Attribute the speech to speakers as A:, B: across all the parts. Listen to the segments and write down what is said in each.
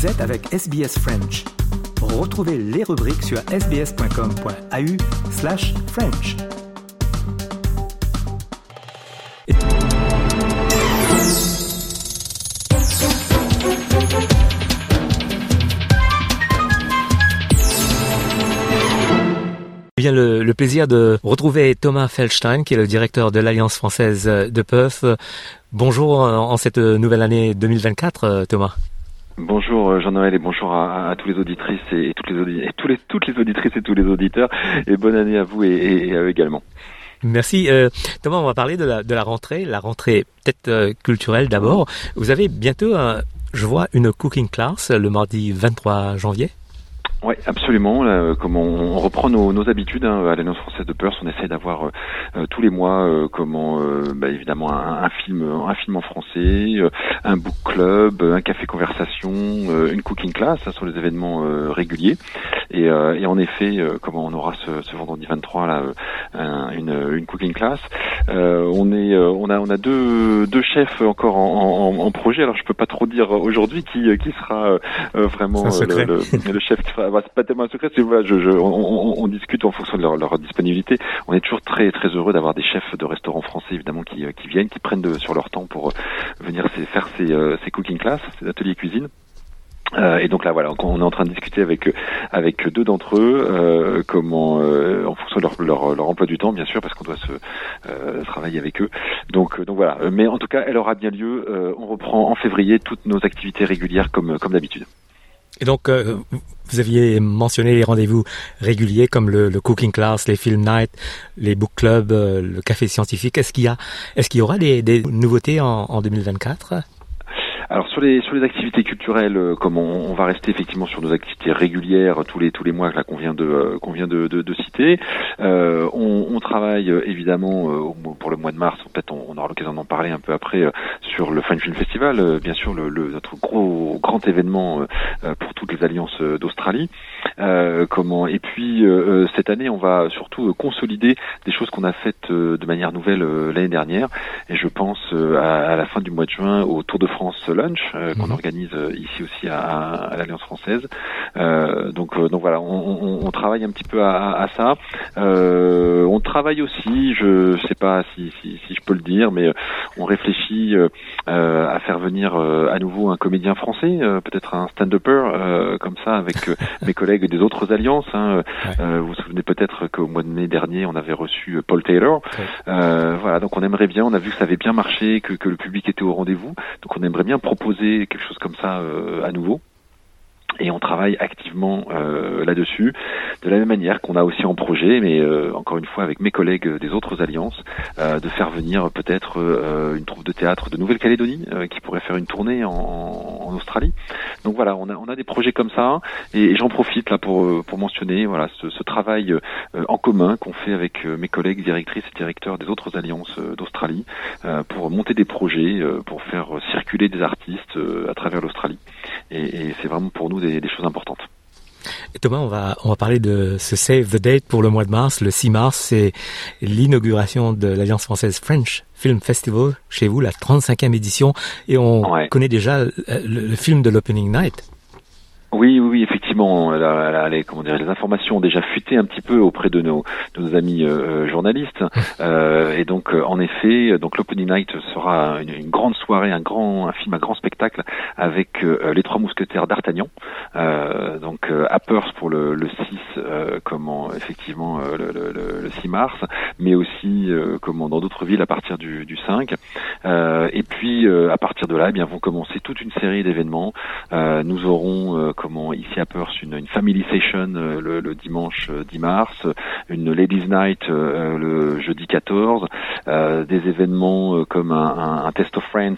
A: Vous êtes avec SBS French. Retrouvez les rubriques sur sbs.com.au/French.
B: Bien le plaisir de retrouver Thomas Feldstein, qui est le directeur de l'Alliance française de Perth. Bonjour en cette nouvelle année 2024, Thomas.
C: Bonjour Jean-Noël et bonjour à tous les auditrices et toutes les auditrices et tous les auditeurs, et bonne année à vous et à eux également.
B: Merci. Thomas, on va parler de la rentrée peut-être culturelle d'abord. Vous avez bientôt, je vois, une cooking class le mardi 23 janvier.
C: Oui, absolument. Comme on reprend nos habitudes à l'Alliance française de Perth, on essaie d'avoir tous les mois, évidemment un film en français, un book club, un café conversation, une cooking class. Ça sont les événements réguliers. Et en effet, on aura ce vendredi 23 là une cooking class. On a deux chefs encore en projet. Alors je peux pas trop dire aujourd'hui qui sera vraiment le chef qui fera. C'est pas tellement un secret, on discute en fonction de leur disponibilité. On est toujours très très heureux d'avoir des chefs de restaurants français évidemment qui viennent, qui prennent sur leur temps pour venir faire ces cooking class, ces ateliers cuisine. Et donc là voilà, on est en train de discuter avec deux d'entre eux en fonction de leur emploi du temps bien sûr, parce qu'on doit se travailler avec eux. Donc voilà, mais en tout cas elle aura bien lieu. On reprend en février toutes nos activités régulières comme d'habitude.
B: Et donc, vous aviez mentionné les rendez-vous réguliers comme le cooking class, les film night, les book clubs, le café scientifique. Est-ce qu'il y aura des nouveautés en 2024?
C: Alors sur les activités culturelles, comme on va rester effectivement sur nos activités régulières tous les mois là qu'on vient de citer. On travaille évidemment pour le mois de mars. Peut-être on aura l'occasion d'en parler un peu après sur le Fine Film Festival, bien sûr notre grand événement pour toutes les alliances d'Australie. Et puis cette année on va surtout consolider des choses qu'on a faites de manière nouvelle l'année dernière. Et je pense à la fin du mois de juin au Tour de France Lunch qu'on organise ici aussi à l'Alliance française. Donc voilà, on travaille un petit peu à ça. On travaille aussi, je sais pas si je peux le dire, mais on réfléchit à faire venir à nouveau un comédien français, peut-être un stand-upper comme ça avec mes collègues des autres alliances. Vous vous souvenez peut-être qu'au mois de mai dernier, on avait reçu Paul Taylor. Voilà, donc on aimerait bien, on a vu que ça avait bien marché, que le public était au rendez-vous, donc on aimerait bien proposer quelque chose comme ça à nouveau. Et on travaille activement là-dessus, de la même manière qu'on a aussi en projet, mais encore une fois avec mes collègues des autres alliances, de faire venir peut-être une troupe de théâtre de Nouvelle-Calédonie qui pourrait faire une tournée en Australie. Donc voilà, on a des projets comme ça, et j'en profite là pour mentionner voilà ce travail en commun qu'on fait avec mes collègues directrices et directeurs des autres alliances d'Australie pour monter des projets, pour faire circuler des artistes à travers l'Australie. Et c'est vraiment pour nous des choses importantes.
B: Et Thomas, on va parler de ce Save the Date pour le mois de mars. Le 6 mars, c'est l'inauguration de l'Alliance française French Film Festival chez vous, la 35e édition. Et on connaît déjà le film de l'Opening Night.
C: Oui, effectivement, les informations ont déjà fuité un petit peu auprès de nos amis journalistes, et donc en effet, donc l'Opening Night sera une grande soirée, un film, un grand spectacle avec les Trois Mousquetaires d'Artagnan, donc à Perth pour le 6, effectivement le 6 mars, mais aussi dans d'autres villes à partir du 5, et puis à partir de là, vont commencer toute une série d'événements. Nous auront ici à Perth une family session le dimanche 10 mars, une ladies night le jeudi 14, des événements comme un Test of Friends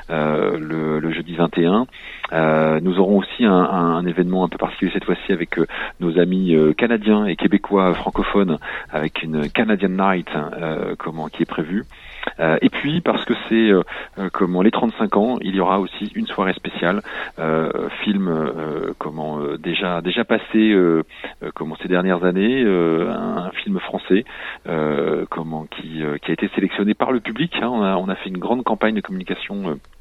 C: le jeudi 21. Nous aurons aussi un événement un peu particulier cette fois-ci avec nos amis canadiens et québécois francophones, avec une Canadian Night qui est prévue. Et puis parce que c'est les 35 ans, il y aura aussi une soirée spéciale film déjà passé ces dernières années, un film français qui a été sélectionné par le public. On a fait une grande campagne de communication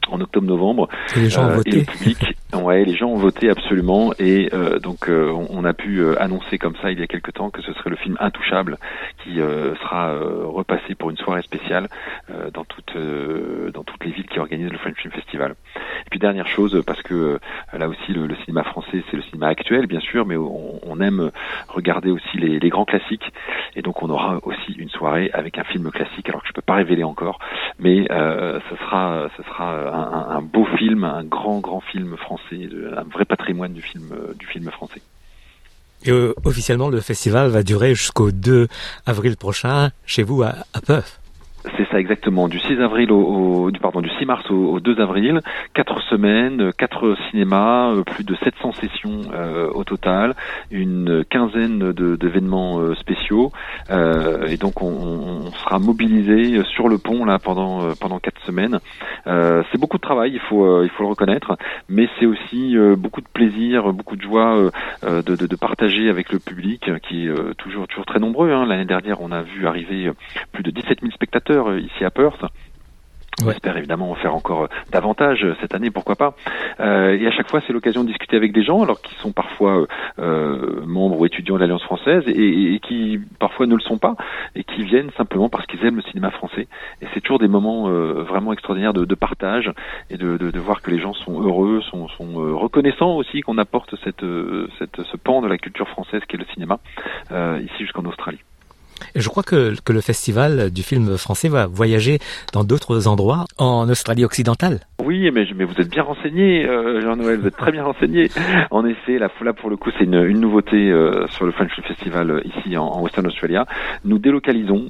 C: en octobre-novembre.
B: Les gens ont voté.
C: Et le public, les gens ont voté absolument, et donc on a pu annoncer comme ça il y a quelque temps que ce serait le film Intouchable qui sera repassé pour une soirée spéciale dans toutes les villes qui organisent le French Film Festival. Et puis dernière chose, parce que là aussi le cinéma français, c'est le cinéma actuel bien sûr, mais on aime regarder aussi les grands classiques, et donc on aura aussi une soirée avec un film classique, alors que je peux pas révéler encore, mais ce sera un beau film, un grand film français, un vrai patrimoine du film français.
B: Et officiellement, le festival va durer jusqu'au 2 avril prochain chez vous à Perth.
C: C'est ça exactement, du 6 mars au 2 avril, 4 semaines, 4 cinémas, plus de 700 sessions au total, une quinzaine d'événements spéciaux, et donc on sera mobilisé sur le pont là pendant 4 semaines. C'est beaucoup de travail, il faut le reconnaître, mais c'est aussi beaucoup de plaisir, beaucoup de joie de partager avec le public qui est toujours très nombreux. L'année dernière, on a vu arriver plus de 17 000 spectateurs ici à Perth. On espère évidemment en faire encore davantage cette année, pourquoi pas. Et à chaque fois, c'est l'occasion de discuter avec des gens, alors qui sont parfois membres ou étudiants de l'Alliance française, et qui parfois ne le sont pas, et qui viennent simplement parce qu'ils aiment le cinéma français. Et c'est toujours des moments vraiment extraordinaires de partage, et de voir que les gens sont heureux, sont reconnaissants aussi qu'on apporte ce pan de la culture française qu'est le cinéma ici jusqu'en Australie.
B: Et je crois que le festival du film français va voyager dans d'autres endroits en Australie occidentale.
C: Oui, mais vous êtes bien renseigné, Jean-Noël, vous êtes très bien renseigné. En effet, là pour le coup, c'est une nouveauté sur le French Film Festival ici en Western Australia. Nous délocalisons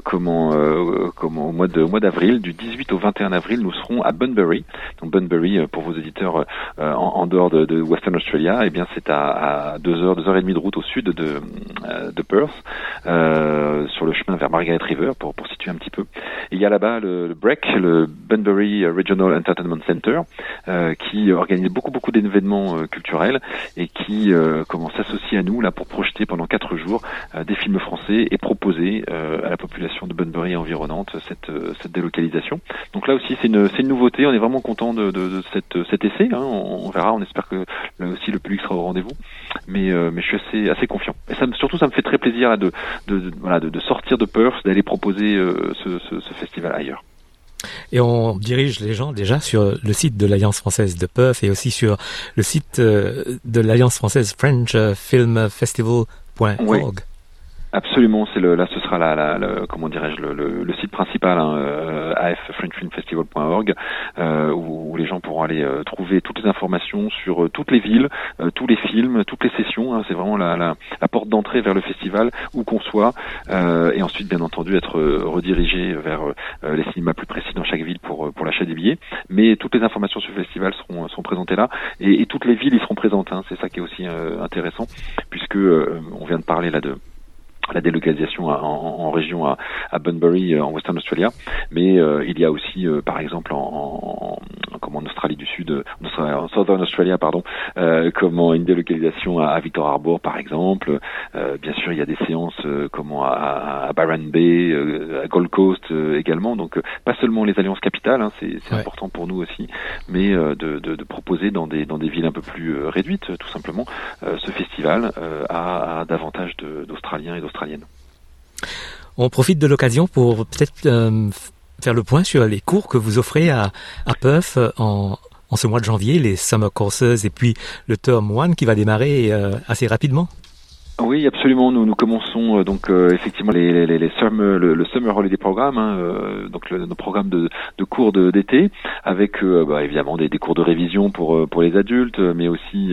C: au mois d'avril, du 18 au 21 avril, nous serons à Bunbury. Donc Bunbury, pour vos éditeurs en dehors de Western Australia, eh bien c'est à 2h30 de route au sud de Perth, sur le chemin vers Margaret River, pour situer un petit peu. Et il y a là-bas le BREC, le Bunbury Regional Entertainment Center, qui organise beaucoup d'événements culturels, et qui s'associe à nous là pour projeter pendant 4 jours des films français et proposer à la population de Bunbury environnante cette délocalisation. Donc là aussi c'est une nouveauté, on est vraiment content de cet essai, on verra, on espère que là aussi le public sera au rendez-vous, mais je suis assez confiant. Et ça me fait très plaisir là, de sortir de Perth, d'aller proposer ce festival ailleurs.
B: Et on dirige les gens déjà sur le site de l'Alliance française de Perth, et aussi sur le site de l'Alliance française French Film Festival.org.
C: Oui. Absolument, ce sera le site principal, affrenchfilmfestival.org, où les gens pourront aller trouver toutes les informations sur toutes les villes, tous les films, toutes les sessions. C'est vraiment la porte d'entrée vers le festival, où qu'on soit, et ensuite bien entendu être redirigé vers les cinémas plus précis dans chaque ville pour l'achat des billets. Mais toutes les informations sur le festival seront présentées là, et toutes les villes y seront présentes. C'est ça qui est aussi intéressant, puisque on vient de parler là de la délocalisation en région à Bunbury en Western Australia, mais il y a aussi par exemple en Australie du Sud, en Southern Australia une délocalisation à Victor Harbour par exemple. Bien sûr il y a des séances à Byron Bay, à Gold Coast également, donc pas seulement les alliances capitales, c'est important pour nous aussi, mais de proposer dans des villes un peu plus réduites tout simplement ce festival à davantage d'Australiens et d'Australiennes.
B: On profite de l'occasion pour peut-être faire le point sur les cours que vous offrez à Perth en ce mois de janvier, les Summer Courses, et puis le Term 1 qui va démarrer assez rapidement.
C: Oui, absolument. Nous commençons effectivement le Summer Holiday Programme, donc nos programmes de cours d'été, avec évidemment des cours de révision pour les adultes, mais aussi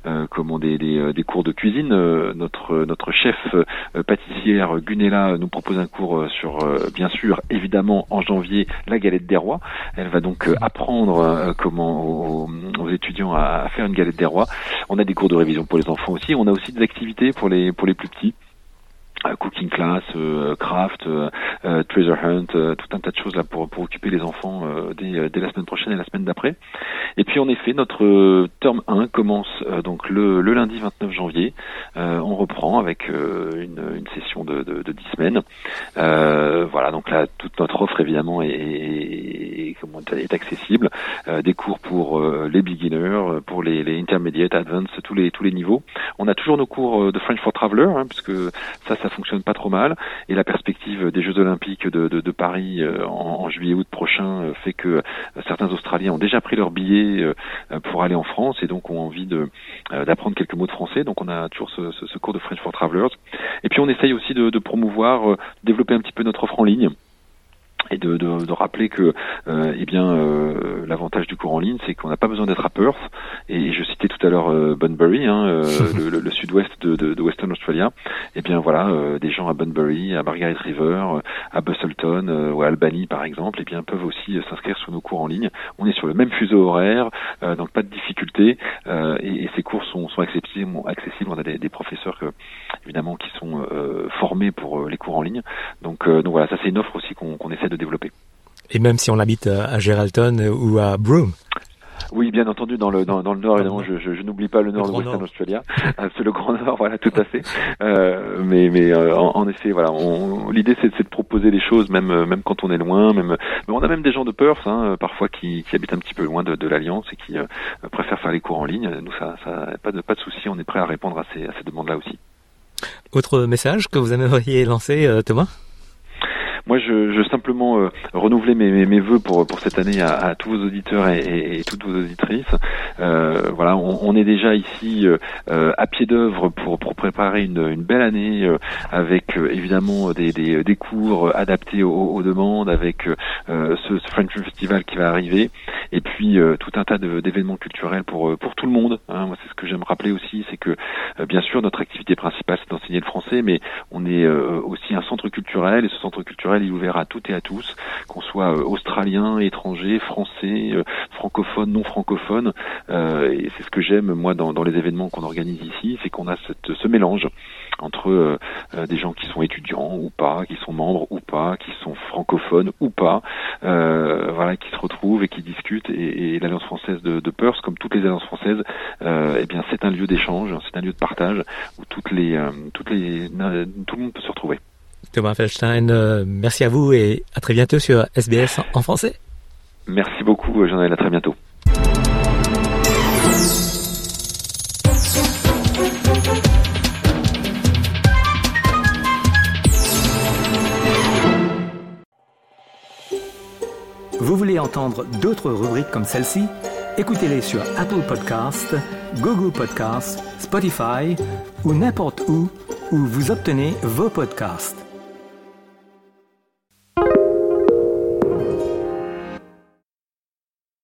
C: des cours de cuisine. Notre chef pâtissière Gunella nous propose un cours sur bien sûr évidemment en janvier la galette des rois. Elle va donc apprendre aux étudiants à faire une galette des rois. On a des cours de révision pour les enfants aussi. On a aussi des activités pour les plus petits. Cooking class, craft, treasure hunt, tout un tas de choses là pour occuper les enfants dès la semaine prochaine et la semaine d'après. Et puis en effet, notre terme 1 commence donc le lundi 29 janvier. On reprend avec une session de 10 semaines. Donc là toute notre offre évidemment est est accessible. Des cours pour les beginners, pour les intermediate, advanced, tous les niveaux. On a toujours nos cours de French for Traveler, puisque ça fonctionne pas trop mal. Et la perspective des Jeux Olympiques de Paris en juillet-août prochain fait que certains Australiens ont déjà pris leur billet pour aller en France et donc ont envie d'apprendre quelques mots de français. Donc on a toujours ce cours de French for Travelers. Et puis on essaye aussi de promouvoir, développer un petit peu notre offre en ligne. Et de rappeler que l'avantage du cours en ligne, c'est qu'on n'a pas besoin d'être à Perth. Et je citais tout à l'heure Bunbury, le sud-ouest de Western Australia. Et bien voilà, des gens à Bunbury, à Margaret River, à Busselton ou à Albany par exemple, et bien peuvent aussi s'inscrire sur nos cours en ligne. On est sur le même fuseau horaire, donc pas de difficulté. Et ces cours sont accessibles. On a des professeurs évidemment qui sont formés pour les cours en ligne. Donc voilà, ça c'est une offre aussi qu'on essaie de développer.
B: Et même si on habite à Geraldton ou à Broome.
C: Oui, bien entendu, dans le nord, évidemment, je n'oublie pas le nord de Western Australia. C'est le grand nord, voilà, tout à fait. Mais en effet, voilà, l'idée c'est de proposer les choses, même quand on est loin, mais on a même des gens de Perth, parfois qui habitent un petit peu loin de l'Alliance et qui préfèrent faire les cours en ligne. Nous, ça pas de souci, on est prêt à répondre à ces demandes-là aussi.
B: Autre message que vous aimeriez lancer, Thomas ?
C: Moi, je simplement renouveler mes vœux pour cette année à tous vos auditeurs et toutes vos auditrices. Voilà, on est déjà ici à pied d'œuvre pour préparer une belle année avec évidemment des cours adaptés aux demandes, avec ce French Festival qui va arriver, et puis tout un tas d'événements culturels pour tout le monde. Moi, c'est ce que j'aime rappeler aussi, c'est que bien sûr notre activité principale c'est d'enseigner le français, mais on est aussi un centre culturel, et ce centre culturel il est ouvert à toutes et à tous, qu'on soit australien, étranger, français, francophone, non francophone. Et c'est ce que j'aime moi dans les événements qu'on organise ici, c'est qu'on a ce mélange entre des gens qui sont étudiants ou pas, qui sont membres ou pas, qui sont francophones ou pas, voilà, qui se retrouvent et qui discutent. Et l'Alliance française de Perth, comme toutes les alliances françaises, eh bien c'est un lieu d'échange, c'est un lieu de partage où tout le monde peut se retrouver.
B: Thomas Feldstein, merci à vous et à très bientôt sur SBS en français.
C: Merci beaucoup, Jean-Noël, à très bientôt.
A: Vous voulez entendre d'autres rubriques comme celle-ci? Écoutez-les sur Apple Podcasts, Google Podcasts, Spotify ou n'importe où vous obtenez vos podcasts.